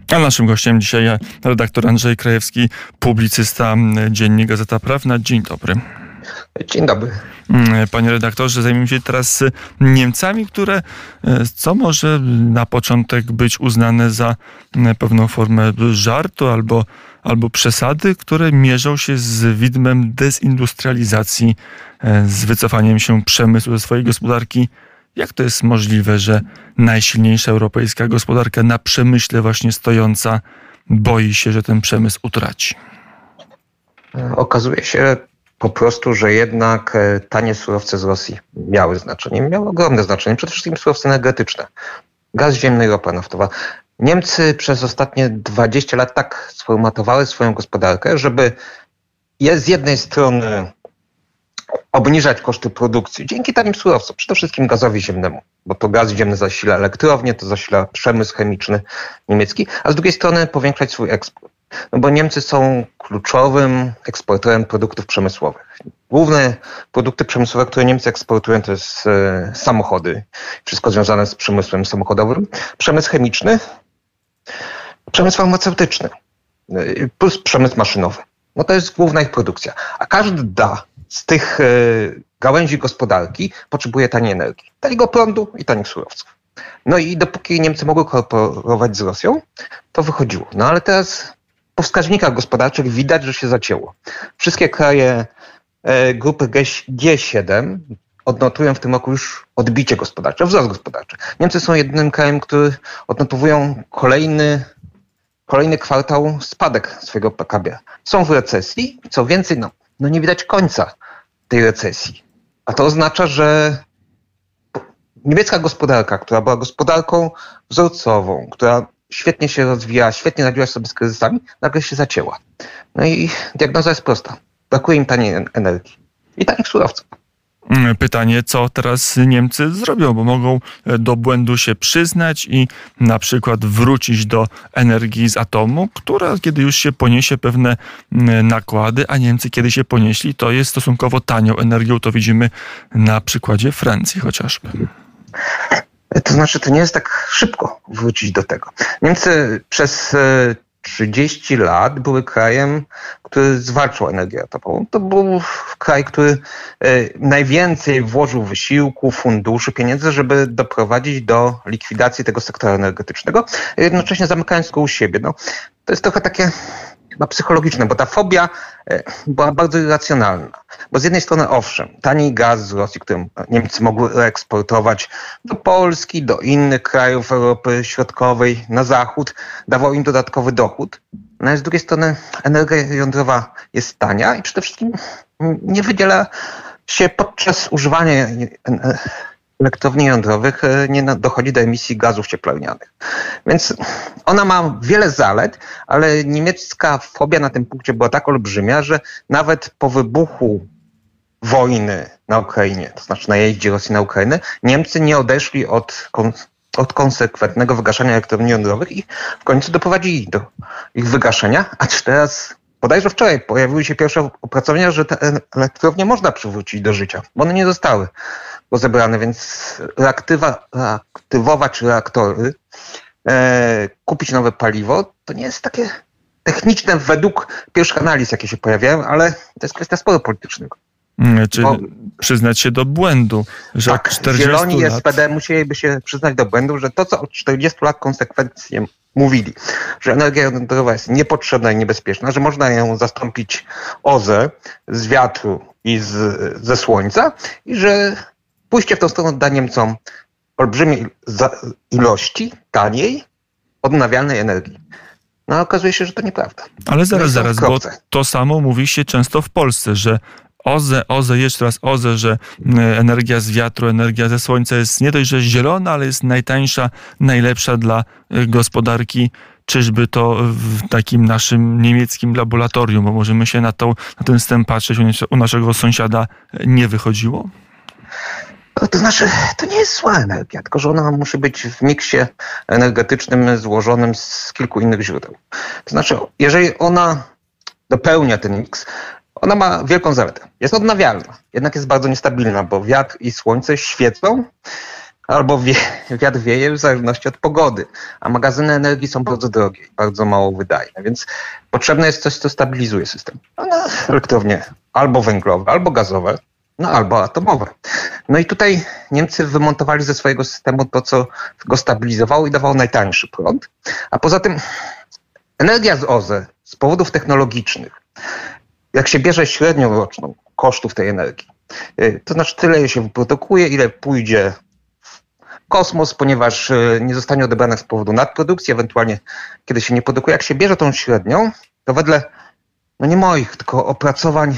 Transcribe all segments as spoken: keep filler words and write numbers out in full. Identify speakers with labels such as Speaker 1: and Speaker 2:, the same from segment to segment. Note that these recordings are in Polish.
Speaker 1: A naszym gościem dzisiaj redaktor Andrzej Krajewski, publicysta, Dziennik Gazeta Prawna. Dzień dobry.
Speaker 2: Dzień dobry.
Speaker 1: Panie redaktorze, zajmijmy się teraz Niemcami, które, co może na początek być uznane za pewną formę żartu albo, albo przesady, które mierzą się z widmem dezindustrializacji, z wycofaniem się przemysłu ze swojej gospodarki. Jak to jest możliwe, że najsilniejsza europejska gospodarka na przemyśle właśnie stojąca boi się, że ten przemysł utraci?
Speaker 2: Okazuje się po prostu, że jednak tanie surowce z Rosji miały znaczenie. Miały ogromne znaczenie. Przede wszystkim surowce energetyczne. Gaz ziemny i ropa naftowa. Niemcy przez ostatnie dwadzieścia lat tak sformatowały swoją gospodarkę, żeby z jednej strony obniżać koszty produkcji dzięki tanim surowcom, przede wszystkim gazowi ziemnemu, bo to gaz ziemny zasila elektrownie, to zasila przemysł chemiczny niemiecki, a z drugiej strony powiększać swój eksport. No bo Niemcy są kluczowym eksporterem produktów przemysłowych. Główne produkty przemysłowe, które Niemcy eksportują, to jest e, samochody, wszystko związane z przemysłem samochodowym, przemysł chemiczny, przemysł farmaceutyczny, e, plus przemysł maszynowy. No to jest główna ich produkcja. A każda z tych e, gałęzi gospodarki potrzebuje taniej energii, taniego prądu i tanich surowców. No i dopóki Niemcy mogły kooperować z Rosją, to wychodziło. No ale teraz po wskaźnikach gospodarczych widać, że się zacięło. Wszystkie kraje e, grupy G siedem odnotują w tym roku już odbicie gospodarcze, wzrost gospodarczy. Niemcy są jedynym krajem, który odnotowują kolejny Kolejny kwartał spadek swojego P K B. Są w recesji, co więcej, no, no nie widać końca tej recesji. A to oznacza, że niemiecka gospodarka, która była gospodarką wzorcową, która świetnie się rozwijała, świetnie radziła sobie z kryzysami, nagle się zacięła. No i diagnoza jest prosta. Brakuje im taniej energii i tanich surowców.
Speaker 1: Pytanie, co teraz Niemcy zrobią, bo mogą do błędu się przyznać i na przykład wrócić do energii z atomu, która kiedy już się poniesie pewne nakłady, a Niemcy kiedy się ponieśli, to jest stosunkowo tanią energią. To widzimy na przykładzie Francji chociażby.
Speaker 2: To znaczy, to nie jest tak szybko wrócić do tego. Niemcy przez trzydzieści lat były krajem, który zwalczał energię atomową. To był kraj, który najwięcej włożył wysiłku, funduszy, pieniędzy, żeby doprowadzić do likwidacji tego sektora energetycznego, jednocześnie zamykając go u siebie. No, to jest trochę takie chyba psychologiczne, bo ta fobia była bardzo irracjonalna. Bo z jednej strony owszem, tani gaz z Rosji, który Niemcy mogły reeksportować do Polski, do innych krajów Europy Środkowej, na zachód, dawał im dodatkowy dochód. No a z drugiej strony energia jądrowa jest tania i przede wszystkim nie wydziela się podczas używania elektrowni jądrowych, nie dochodzi do emisji gazów cieplarnianych. Więc ona ma wiele zalet, ale niemiecka fobia na tym punkcie była tak olbrzymia, że nawet po wybuchu wojny na Ukrainie, to znaczy najeździe Rosji na Ukrainę, Niemcy nie odeszli od, od konsekwentnego wygaszania elektrowni jądrowych i w końcu doprowadzili do ich wygaszenia, a teraz bodajże wczoraj pojawiły się pierwsze opracowania, że te elektrownie można przywrócić do życia, bo one nie zostały rozebrane, więc reaktywa, reaktywować reaktory, e, kupić nowe paliwo, to nie jest takie techniczne według pierwszych analiz, jakie się pojawiają, ale to jest kwestia sporu politycznego.
Speaker 1: Czyli bo, przyznać się do błędu, że
Speaker 2: tak,
Speaker 1: od czterdziestu
Speaker 2: Zieloni i
Speaker 1: lat...
Speaker 2: S P D musieliby się przyznać do błędu, że to, co od czterdziestu lat konsekwencje mówili, że energia jądrowa jest niepotrzebna i niebezpieczna, że można ją zastąpić O Z E z wiatru i z, ze słońca i że pójście w tą stronę da Niemcom olbrzymie ilości taniej, odnawialnej energii. No a okazuje się, że to nieprawda.
Speaker 1: Ale zaraz, zaraz, bo to samo mówi się często w Polsce, że O Z E, O Z E, jeszcze raz O Z E, że energia z wiatru, energia ze słońca jest nie dość, że zielona, ale jest najtańsza, najlepsza dla gospodarki. Czyżby to w takim naszym niemieckim laboratorium, bo możemy się na, to, na ten wstęp patrzeć, u naszego sąsiada nie wychodziło?
Speaker 2: To znaczy, to nie jest zła energia, tylko że ona musi być w miksie energetycznym złożonym z kilku innych źródeł. To znaczy, jeżeli ona dopełnia ten miks, ona ma wielką zaletę. Jest odnawialna, jednak jest bardzo niestabilna, bo wiatr i słońce świecą, albo wie, wiatr wieje w zależności od pogody, a magazyny energii są bardzo drogie i bardzo mało wydajne, więc potrzebne jest coś, co stabilizuje system. No, elektrownie albo węglowe, albo gazowe, no albo atomowe. No i tutaj Niemcy wymontowali ze swojego systemu to, co go stabilizowało i dawało najtańszy prąd, a poza tym energia z O Z E z powodów technologicznych, jak się bierze średnią roczną kosztów tej energii, to znaczy tyle się wyprodukuje, ile pójdzie w kosmos, ponieważ nie zostanie odebrane z powodu nadprodukcji, ewentualnie kiedy się nie produkuje. Jak się bierze tą średnią, to wedle, no nie moich, tylko opracowań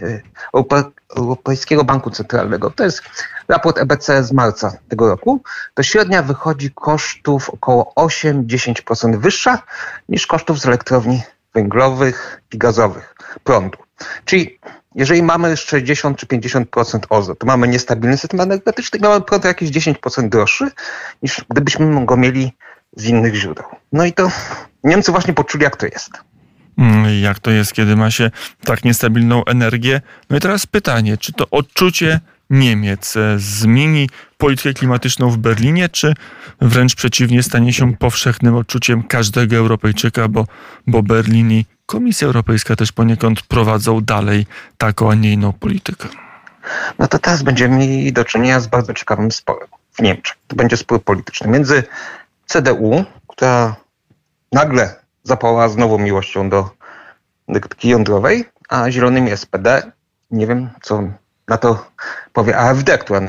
Speaker 2: Europejskiego Banku Centralnego, to jest raport E B C z marca tego roku, to średnia wychodzi kosztów około osiem do dziesięciu procent wyższa niż kosztów z elektrowni węglowych i gazowych prądu. Czyli jeżeli mamy sześćdziesiąt czy pięćdziesiąt procent O Z E, to mamy niestabilny system energetyczny i mamy prąd jakieś dziesięć procent droższy, niż gdybyśmy go mieli z innych źródeł. No i to Niemcy właśnie poczuli, jak to jest.
Speaker 1: Jak to jest, kiedy ma się tak niestabilną energię? No i teraz pytanie, czy to odczucie Niemiec zmieni politykę klimatyczną w Berlinie, czy wręcz przeciwnie, stanie się powszechnym odczuciem każdego Europejczyka, bo, bo Berlin i Komisja Europejska też poniekąd prowadzą dalej taką, a nie inną politykę?
Speaker 2: No to teraz będziemy mieli do czynienia z bardzo ciekawym sporem w Niemczech. To będzie spór polityczny między C D U, która nagle zapałała znowu miłością do energetyki jądrowej, a zielonymi S P D. Nie wiem, co na to powie A F D, która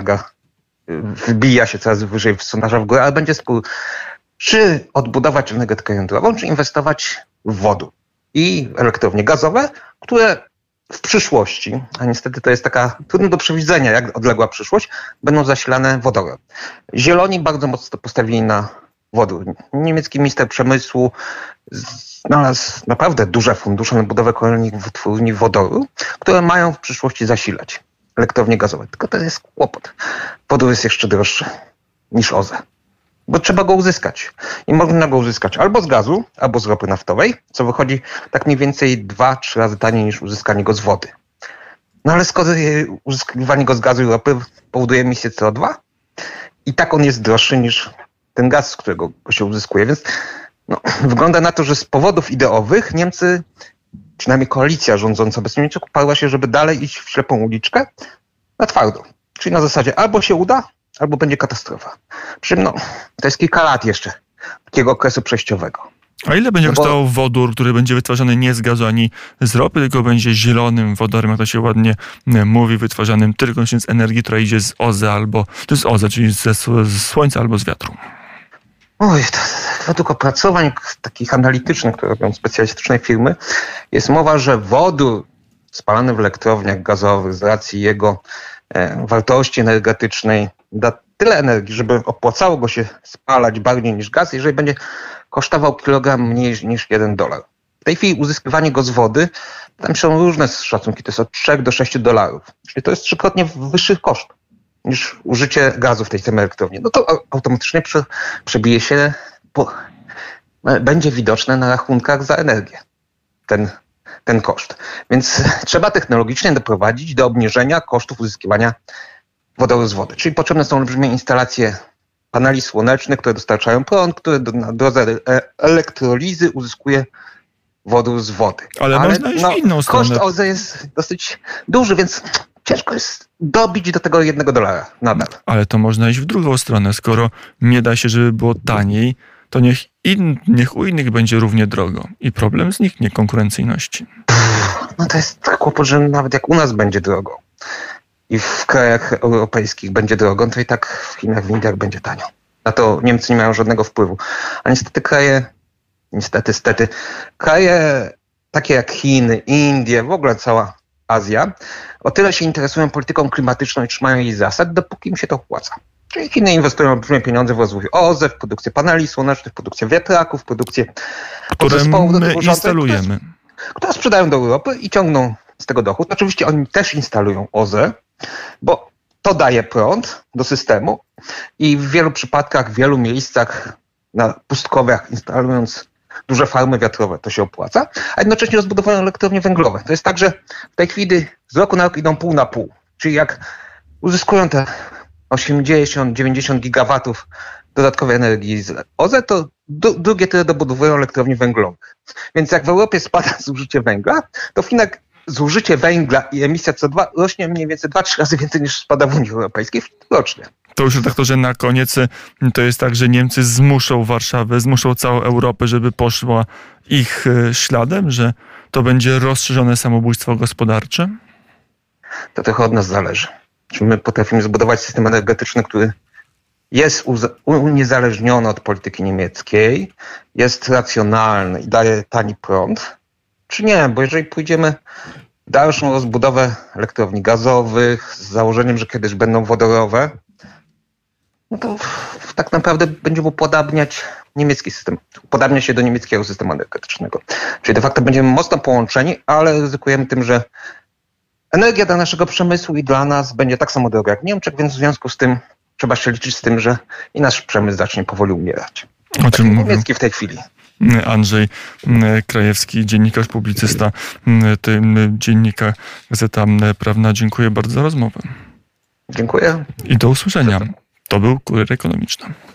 Speaker 2: wybija się coraz wyżej w sondażach w górę, ale będzie spór, czy odbudować energetykę jądrową, czy inwestować w wodór i elektrownie gazowe, które w przyszłości, a niestety to jest taka trudno do przewidzenia, jak odległa przyszłość, będą zasilane wodorem. Zieloni bardzo mocno postawili na wodór. Niemiecki minister przemysłu znalazł naprawdę duże fundusze na budowę kolejnych wytwórni wodoru, które mają w przyszłości zasilać elektrownie gazowe. Tylko to jest kłopot. Wodór jest jeszcze droższy niż O Z E, bo trzeba go uzyskać. I można go uzyskać albo z gazu, albo z ropy naftowej, co wychodzi tak mniej więcej dwa trzy razy taniej niż uzyskanie go z wody. No ale skoro uzyskiwanie go z gazu i ropy powoduje emisję C O dwa i tak on jest droższy niż ten gaz, z którego go się uzyskuje. Więc no, wygląda na to, że z powodów ideowych Niemcy, przynajmniej koalicja rządząca bez Niemczech, uparła się, żeby dalej iść w ślepą uliczkę na twardo. Czyli na zasadzie albo się uda, albo będzie katastrofa. Przy czym no, to jest kilka lat jeszcze takiego okresu przejściowego.
Speaker 1: A ile będzie
Speaker 2: no bo...
Speaker 1: kosztował wodór, który będzie wytwarzany nie z gazu ani z ropy, tylko będzie zielonym wodorem, jak to się ładnie mówi, wytwarzanym tylko z energii, która idzie z O Z E albo, to jest O Z E, czyli ze, z słońca albo z wiatru?
Speaker 2: Oj, to, według opracowań takich analitycznych, które robią specjalistyczne firmy, jest mowa, że wodór spalany w elektrowniach gazowych z racji jego e, wartości energetycznej da tyle energii, żeby opłacało go się spalać bardziej niż gaz, jeżeli będzie kosztował kilogram mniej niż jeden dolar. W tej chwili uzyskiwanie go z wody, tam są różne szacunki, to jest od trzech do sześciu dolarów. Czyli to jest trzykrotnie wyższych kosztów niż użycie gazu w tej samej elektrowni. No to automatycznie prze, przebije się, po, będzie widoczne na rachunkach za energię ten, ten koszt. Więc trzeba technologicznie doprowadzić do obniżenia kosztów uzyskiwania wodoru z wody. Czyli potrzebne są olbrzymie instalacje paneli słonecznych, które dostarczają prąd, które do, na drodze elektrolizy uzyskuje wodór z wody.
Speaker 1: Ale, Ale można iść
Speaker 2: no,
Speaker 1: w inną stronę.
Speaker 2: Koszt O Z E jest dosyć duży, więc ciężko jest dobić do tego jednego dolara nadal.
Speaker 1: Ale to można iść w drugą stronę. Skoro nie da się, żeby było taniej, to niech, in, niech u innych będzie równie drogo. I problem zniknie konkurencyjności.
Speaker 2: No to jest tak kłopot, że nawet jak u nas będzie drogo i w krajach europejskich będzie drogo, to i tak w Chinach, w Indiach będzie tanio. Na to Niemcy nie mają żadnego wpływu. A niestety kraje, niestety, stety, kraje takie jak Chiny, Indie, w ogóle cała Azja, o tyle się interesują polityką klimatyczną i trzymają jej zasad, dopóki im się to opłaca. Czyli Chiny inwestują olbrzymie pieniądze w rozwój O Z E, w produkcję paneli słonecznych, w produkcję wiatraków, w produkcję
Speaker 1: podzespołów do tych urządzeń, instalujemy.
Speaker 2: Które, które sprzedają do Europy i ciągną z tego dochód. Oczywiście oni też instalują O Z E, bo to daje prąd do systemu i w wielu przypadkach, w wielu miejscach na pustkowiach instalując duże farmy wiatrowe, to się opłaca, a jednocześnie rozbudowują elektrownie węglowe. To jest tak, że w tej chwili z roku na rok idą pół na pół. Czyli jak uzyskują te osiemdziesiąt dziewięćdziesiąt gigawatów dodatkowej energii z O Z E, to du- drugie tyle dobudowują elektrowni węglowych. Więc jak w Europie spada zużycie węgla, to w Chinach zużycie węgla i emisja C O dwa rośnie mniej więcej dwa trzy razy więcej niż spada w Unii Europejskiej rocznie.
Speaker 1: To już redaktorze na koniec, to jest tak, że Niemcy zmuszą Warszawę, zmuszą całą Europę, żeby poszła ich śladem, że to będzie rozszerzone samobójstwo gospodarcze?
Speaker 2: To trochę od nas zależy. Czy my potrafimy zbudować system energetyczny, który jest uniezależniony od polityki niemieckiej, jest racjonalny i daje tani prąd, czy nie? Bo jeżeli pójdziemy w dalszą rozbudowę elektrowni gazowych z założeniem, że kiedyś będą wodorowe, no to tak naprawdę będziemy upodabniać niemiecki system, upodabnia się do niemieckiego systemu energetycznego. Czyli de facto będziemy mocno połączeni, ale ryzykujemy tym, że energia dla naszego przemysłu i dla nas będzie tak samo droga jak w Niemczech, więc w związku z tym trzeba się liczyć z tym, że i nasz przemysł zacznie powoli umierać.
Speaker 1: O czym mówił
Speaker 2: niemiecki w tej chwili.
Speaker 1: Andrzej Krajewski, dziennikarz, publicysta, dziennika Gazeta Prawna. Dziękuję bardzo za rozmowę.
Speaker 2: Dziękuję.
Speaker 1: I do usłyszenia. To był Kurier Ekonomiczny.